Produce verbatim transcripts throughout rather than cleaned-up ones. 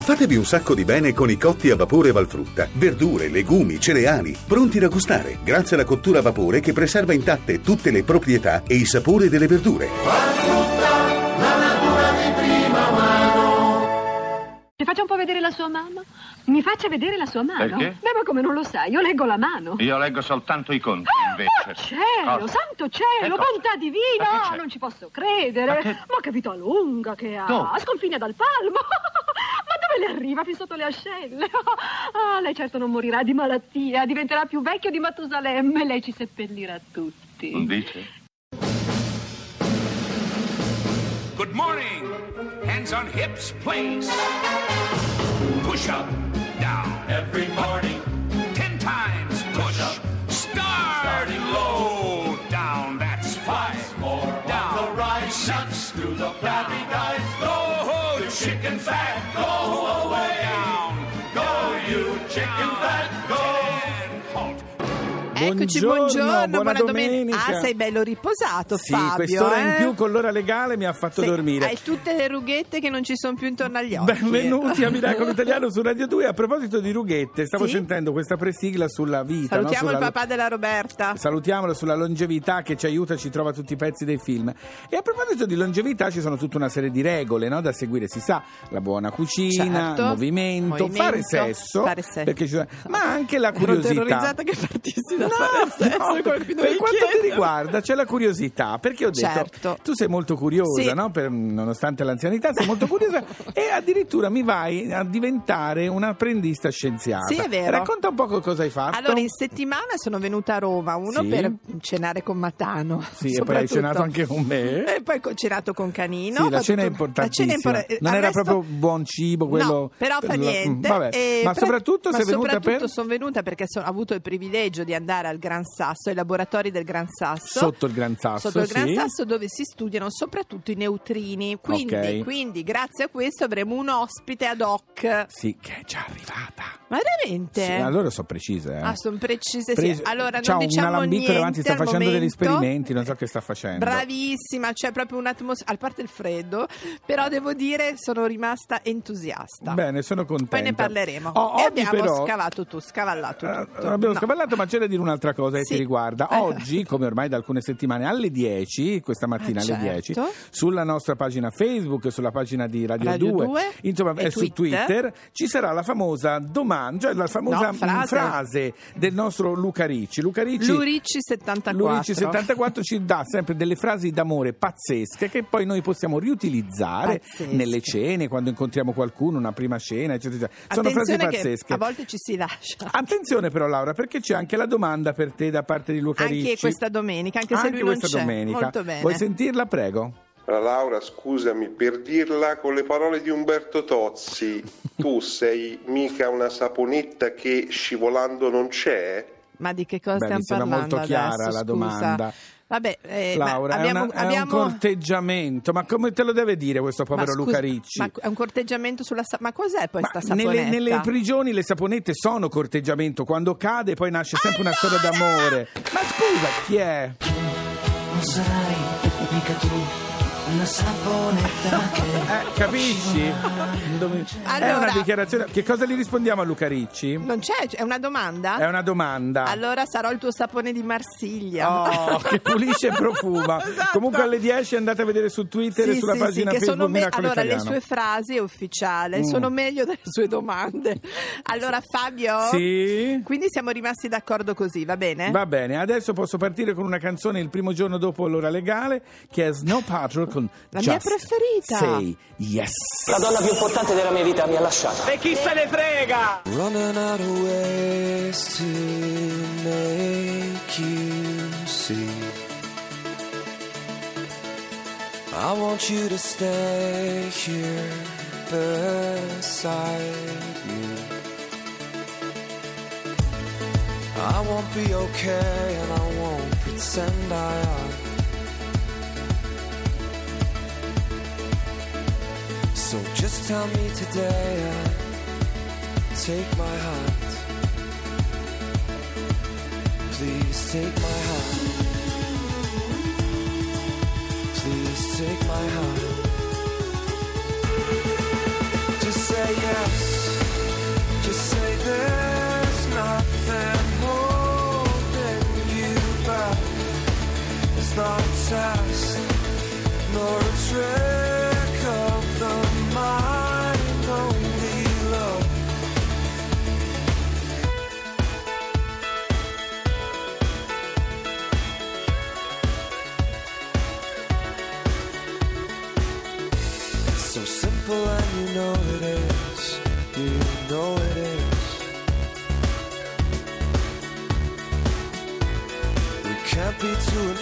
Fatevi un sacco di bene con i cotti a vapore Valfrutta. Verdure, legumi, cereali, pronti da gustare, grazie alla cottura a vapore che preserva intatte tutte le proprietà e i sapori delle verdure. Valfrutta, la natura di prima mano. Mi faccia un po' vedere la sua mano? Mi faccia vedere la sua mano? Perché? Beh, ma come non lo sai? Io leggo la mano. Io leggo soltanto i conti, invece. Oh, cielo, Cosa? santo cielo, Che cosa? bontà divina! Ma che c'è? Non ci posso credere. Ma che- Ma che vita lunga che ha! Dove? Sconfina dal palmo. Ma dove le arriva? Fin sotto le ascelle. Ah, lei certo non morirà di malattia. Diventerà più vecchio di Matusalemme. Lei ci seppellirà tutti. Non dice? Good morning. Hands on hips, please. Push up, down. Every morning. Ten times push. Starting low. Down, that's five. More down. On the rise. Six. Do the flabby guys. Go, the chicken fat. Go away. Down. Go, you chicken fat. Go. Ten. Halt. Eccoci, Buongiorno, buongiorno, buona domenica. Ah, sei bello riposato, Sì, Fabio. quest'ora eh? in più con l'ora legale mi ha fatto Sì, dormire. Hai tutte le rughette che non ci sono più intorno agli occhi. Benvenuti a Miracolo Italiano su Radio due. A proposito di rughette, stavo Sì? sentendo questa presigla sulla vita. Salutiamo no? Sulla... il papà della Roberta. Salutiamolo, sulla longevità che ci aiuta, ci trova tutti i pezzi dei film. E a proposito di longevità ci sono tutta una serie di regole, no, da seguire. Si sa, la buona cucina, Certo. movimento, Movimento, fare sesso, fare sesso. perché ci sono... ma anche la Ero curiosità. terrorizzata che partissi da No, fare sesso. no, per, qualcuno per mi quanto chiede. ti riguarda c'è la curiosità, perché ho detto Certo. tu sei molto curiosa, Sì. no? Per- nonostante l'anzianità sei molto curiosa e addirittura mi vai a diventare un'apprendista scienziata. Sì, è vero. Racconta un po' cosa hai fatto. Allora, in settimana sono venuta a Roma, uno Sì. per cenare con Matano. Sì, e poi hai soprattutto. cenato anche con me. E poi ho cenato con Canino. Sì, ho la fatto cena è tutto- la cena è importantissima. impor- Non al era resto- proprio buon cibo quello. No, però fa per la- niente. Vabbè. E Ma pre- soprattutto ma sei venuta soprattutto per sono venuta perché so- ho avuto il privilegio di andare al Gran Sasso, ai laboratori del Gran Sasso. Sotto il Gran Sasso, Sotto il Gran sì. Sasso, dove si studiano soprattutto i neutrini. Quindi, Ok. quindi grazie a questo avremo un ospite ad hoc. Sì, che è già arrivata. Ma veramente? Sì, allora sono precise. Eh. Ah, sono precise, Pres- sì. Allora, non C'ha diciamo un alambicco niente davanti, sta al facendo degli momento. esperimenti, non so che sta facendo. Bravissima, c'è proprio un'atmosfera, a parte il freddo, però devo dire sono rimasta entusiasta. Bene, sono contenta. Poi ne parleremo. Oh, e oggi abbiamo però- scavato tu, scavallato Eh, tutto. abbiamo No. scavallato, ma c'è da dire un'altra cosa che Sì. ti riguarda. Eh. Oggi, come ormai da alcune settimane, alle dieci, questa mattina Ah, alle certo. dieci, sulla nostra pagina Facebook, sulla pagina di Radio, Radio due, due insomma, e e su Twitter. Twitter, ci sarà la famosa domanda, cioè la famosa No, frase. mh, frase del nostro Luca Ricci. Luca Ricci, Luricci settantaquattro. Luricci settantaquattro ci dà sempre delle frasi d'amore pazzesche che poi noi possiamo riutilizzare Pazzesche. nelle cene, quando incontriamo qualcuno, una prima cena, eccetera, eccetera. Sono frasi Attenzione che pazzesche. a volte ci si lascia. Attenzione però Laura, perché c'è anche la domanda per te da parte di Luca Anche Ricci. questa domenica, anche se Anche lui non questa c'è. domenica. Molto bene. Vuoi sentirla? Prego. Laura, scusami, per dirla con le parole di Umberto Tozzi, tu sei mica una saponetta che scivolando non c'è? Ma di che cosa Beh, mi stiamo sembra parlando molto chiara adesso, la scusa? domanda. Vabbè, eh, Laura, ma abbiamo, è, una- è abbiamo... un corteggiamento, ma come te lo deve dire questo povero Ma scusa, Luca Ricci? Ma è un corteggiamento sulla sa- Ma cos'è poi Ma sta saponetta? nelle, nelle prigioni le saponette sono corteggiamento, quando cade poi nasce sempre una storia d'amore. Ma scusa, chi è? Non sarai mica tu una saponetta che Eh, capisci? Dove- È Allora- una dichiarazione. Che cosa gli rispondiamo a Luca Ricci? Non c'è? È una domanda? È una domanda. Allora sarò il tuo sapone di Marsiglia. Oh, che pulisce e profuma. Esatto. Comunque alle dieci andate a vedere su Twitter e Sì, sulla sì, pagina sì, che Facebook sono me- Miracolo allora Italiano. le sue frasi è ufficiale, Mm. sono meglio delle sue domande. Allora Fabio, Sì? quindi siamo rimasti d'accordo così, va bene? Va bene, adesso posso partire con una canzone il primo giorno dopo l'ora legale, che è Snow Patrol con La mia Just preferita. Say Yes. La donna più importante della mia vita mi ha lasciato. E chi se ne frega? running out of ways to make you see. I want you to stay here beside me. I won't be okay and I won't pretend I am. So just tell me today and take my hand. Please take my hand. Please take my hand. Just say yes.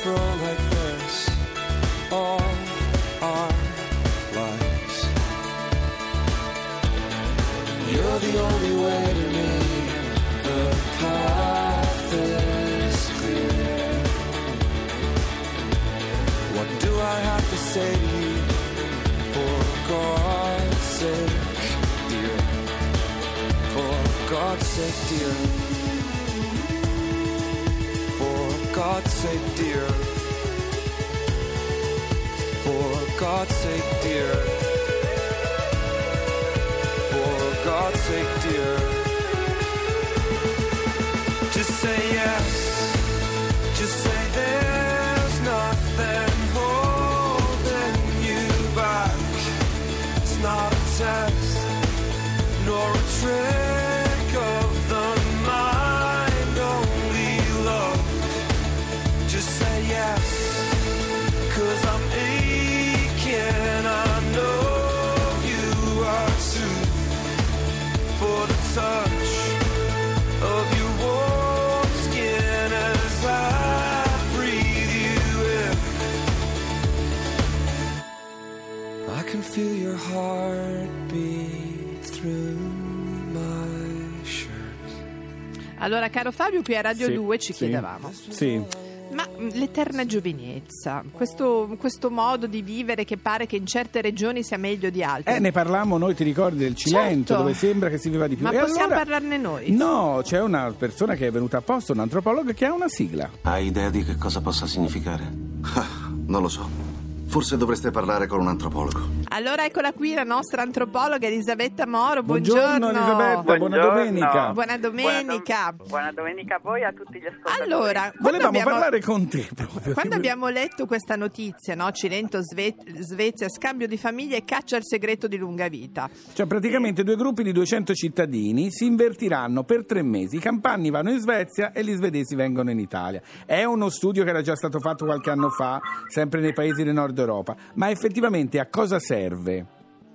fro like this all our lives. You're the only way to me. The path is clear. What do I have to say to you? For God's sake, dear. For God's sake, dear. For God's sake, dear. For God's sake, dear. For God's sake, dear. Just say yes. Just say there's nothing holding you back. It's not a test, nor a trick of the mind, only love. Just say yes, 'cause I'm aching, I know you are too. For the touch of your warm skin as I breathe you in. I can feel your heartbeat through my shirt. Allora, caro Fabio, qui a Radio Sì, due ci sì, chiedevamo. Sì. Ma l'eterna giovinezza, questo, questo modo di vivere che pare che in certe regioni sia meglio di altre. Eh, ne parlammo noi, ti ricordi, del Cilento, Certo. dove sembra che si viva di più. Ma E possiamo allora... parlarne noi? No, c'è una persona che è venuta apposta, un antropologo, che ha una sigla. Hai idea di che cosa possa significare? Ah, non lo so. Forse dovreste parlare con un antropologo. Allora eccola qui la nostra antropologa Elisabetta Moro, buongiorno. Buongiorno Elisabetta, buona Buongiorno. domenica. Buona domenica. Buona, buona domenica a voi e a tutti gli ascoltatori. Allora, quando Volevamo abbiamo, parlare con te proprio. quando abbiamo letto questa notizia, no? Cilento, Sve- Svezia, scambio di famiglie e caccia al segreto di lunga vita. Cioè praticamente due gruppi di duecento cittadini si invertiranno per tre mesi. I campani vanno in Svezia e gli svedesi vengono in Italia. È uno studio che era già stato fatto qualche anno fa, sempre nei paesi del nord Europa. Ma effettivamente a cosa serve?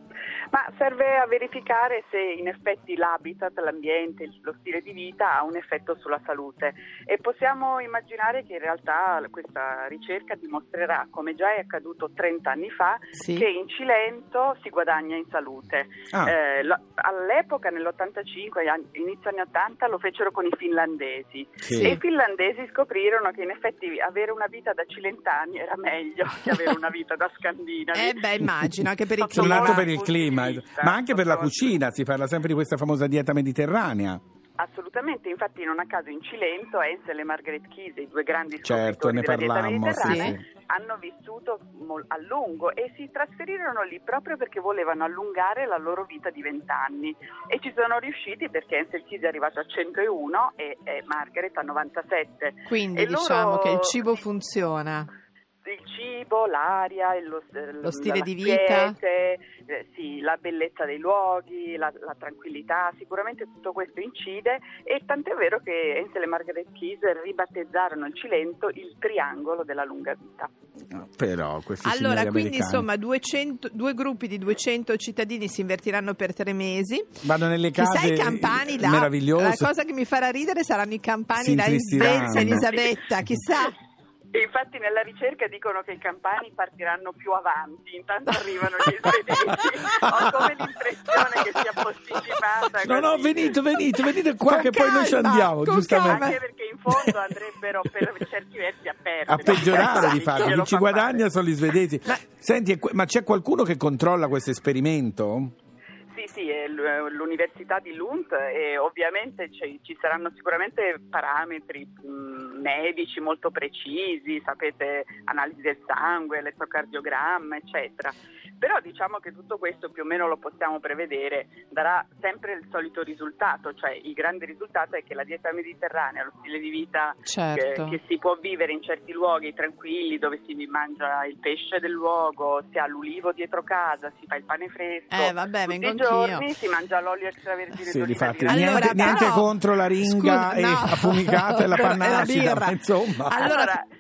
Ma serve a verificare se in effetti l'habitat, l'ambiente, lo stile di vita ha un effetto sulla salute e possiamo immaginare che in realtà questa ricerca dimostrerà, come già è accaduto trenta anni fa, Sì. che in Cilento si guadagna in salute. Ah. Eh, lo- all'epoca, nell'ottantacinque, an- inizio anni ottanta, lo fecero con i finlandesi Sì. e i finlandesi scoprirono che in effetti avere una vita da cilentani era meglio che avere una vita da scandinavi. Eh beh, immagino, anche per il Sotto clima. Soltanto molti per il punti di clima, vista, ma anche per la sotto- cucina, si parla sempre di questa famosa dieta mediterranea. Assolutamente, infatti non a caso in Cilento Hensel e Margaret Chise, i due grandi Certo, scopritori ne della dieta parlammo, mediterranea, sì, sì. hanno vissuto mol- a lungo e si trasferirono lì proprio perché volevano allungare la loro vita di vent'anni e ci sono riusciti perché Hensel Chise è arrivato a centouno e, e Margaret a novantasette. Quindi E diciamo loro- che il cibo funziona. Il cibo, l'aria, il- lo, Lo stile la di vita. quiete, eh, sì, la bellezza dei luoghi, la, la tranquillità, sicuramente tutto questo incide e tant'è vero che Hensel e Margaret Chise ribattezzarono il Cilento il triangolo della lunga vita. No, però questi Allora, signori quindi americani insomma duecento, due gruppi di duecento cittadini si invertiranno per tre mesi. vanno nelle Chissà case i campani là. meravigliose. La cosa che mi farà ridere saranno i campani Si là in intristiranno. Svezia, Elisabetta, chissà. E infatti nella ricerca dicono che i campani partiranno più avanti, intanto arrivano gli svedesi. Ho come l'impressione che sia posticipata. No, no, così. venite, venite, venite qua Con che poi noi ci calma, andiamo, con giustamente. Anche perché in fondo andrebbero per certi versi a perdere. A peggiorare di fatto, Glielo chi ci fa guadagna fare. sono gli svedesi. Senti, e que- ma c'è qualcuno che controlla questo esperimento? Sì, sì, è l- l'Università di Lund e ovviamente ci, ci saranno sicuramente parametri mh, medici molto precisi, sapete, analisi del sangue, elettrocardiogramma, eccetera. Però diciamo che tutto questo più o meno lo possiamo prevedere, darà sempre il solito risultato, cioè il grande risultato è che la dieta mediterranea, lo stile di vita Certo. che, che si può vivere in certi luoghi tranquilli dove si mangia il pesce del luogo, si ha l'ulivo dietro casa, si fa il pane fresco. Eh, vabbè, tutti vengo i anch'io. giorni si mangia l'olio extravergine Sì, d'oliva difatti, di Allora, niente, niente però- contro la ringa Scusa, e no. affumicata e la E la pannacida, birra. ma insomma. Allora, Allora,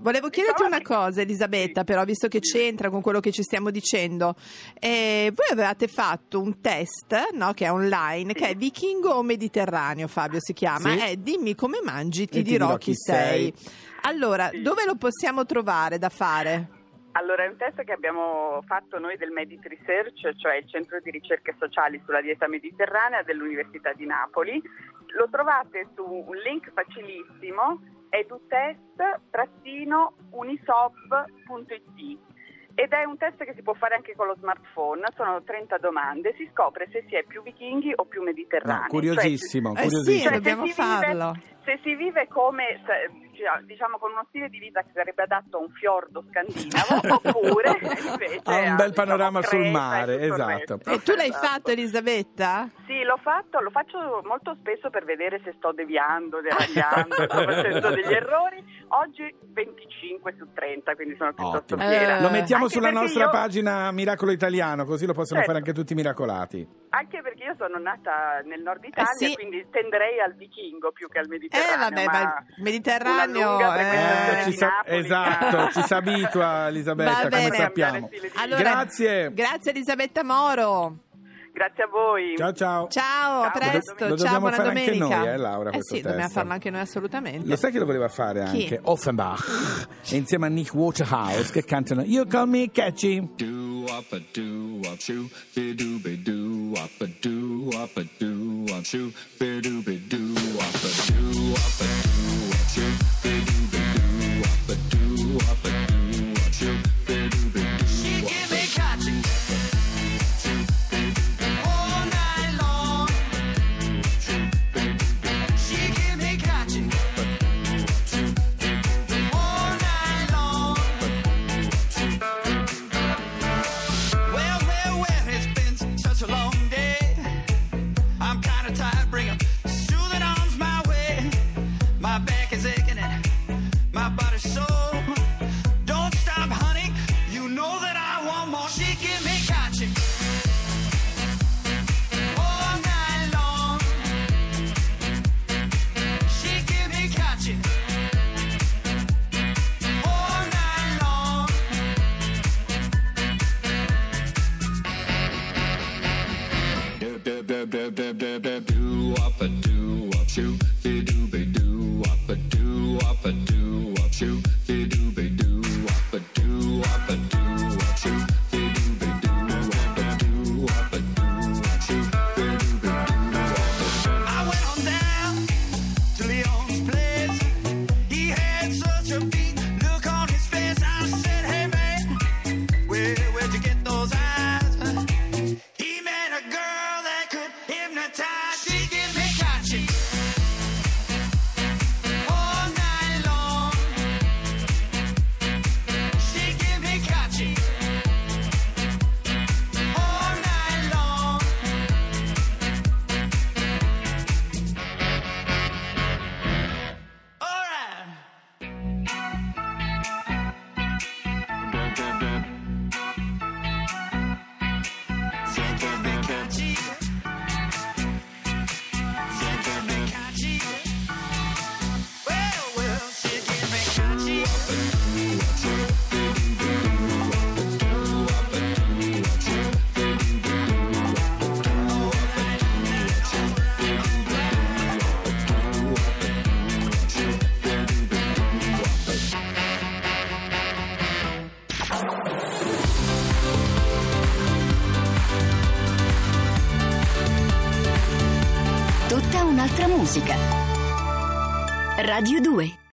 Volevo chiederti una cosa, Elisabetta, però, visto che c'entra con quello che ci stiamo dicendo. Eh, voi avevate fatto un test, no, che è online, che è vichingo o mediterraneo, Fabio si chiama. Sì. Eh, dimmi come mangi, ti, E ti dirò, dirò chi chi sei. sei. Allora, Sì. dove lo possiamo trovare da fare? Allora, è un test che abbiamo fatto noi del Medit Research, cioè il centro di ricerche sociali sulla dieta mediterranea dell'Università di Napoli. Lo trovate su un link facilissimo, edutest trattino unisob punto it, ed è un test che si può fare anche con lo smartphone. Sono trenta domande, si scopre se si è più vichinghi o più mediterranei. No, curiosissimo, Eh curiosissimo. sì, Cioè, dobbiamo se si vive- farlo. Se si vive come, se- diciamo, con uno stile di vita che sarebbe adatto a un fiordo scandinavo, oppure invece Ha un a, bel diciamo, panorama sul Creta mare, e tutto il esatto. resto. E tu l'hai Esatto. fatto, Elisabetta? Sì, l'ho fatto, lo faccio molto spesso per vedere se sto deviando, deragliando, sto facendo degli errori. Oggi venticinque su trenta, quindi sono piuttosto Ottimo. fiera. Eh, Lo mettiamo Anche sulla perché nostra io- pagina Miracolo Italiano, così lo possono Certo. fare anche tutti i miracolati. Anche perché io sono nata nel nord Italia, sì. quindi tenderei al vichingo più che al Eh mediterraneo. vabbè, ma ma il Mediterraneo una lunga eh, frequentazione Eh, ci di sa- Napoli, esatto, ma- ci si abitua, Elisabetta, Va come bene. sappiamo. Allora, Grazie. Grazie Elisabetta Moro. Grazie a voi. Ciao ciao. Ciao, a Ciao, presto. lo Ciao, dobbiamo buona fare anche domenica. noi, eh, Laura, Eh questo sì, dobbiamo test. farlo anche noi assolutamente. Lo sai che lo voleva fare Chi? anche Offenbach insieme a Nick Waterhouse che cantano You Call Me Catchy. Do up a do up shoo, be do be do up a do up a do up shoo, be do be do up a do up a do up shoo, be do be do up a do up a do up shoo, be do be do. She give me catchy all night long. She give me catchy all night long. Well, well, well, it's been such a long day. I'm kind of tired, bring 'em soothing arms my way. My back is aching and my body's sore. Don't stop, honey, you know that I want more. She give me catchy all night long. She give me catchy all night long. Do do do do do do do do up a do up shoo, be do be do up a do up a do up shoo, be do be do up a do up a do up shoo, be do be do up a do up a do up shoo, be do be do up a. I went on down to Leon's place. He had such a beat look on his face. I said, hey man, where where'd you get those eyes? He met a girl that could hypnotize. She give me catchy all night long. She give me catchy all night long. All right. She give me catchy. She give me catchy. Well, well, she give me catchy. Tutta un'altra musica. Radio due.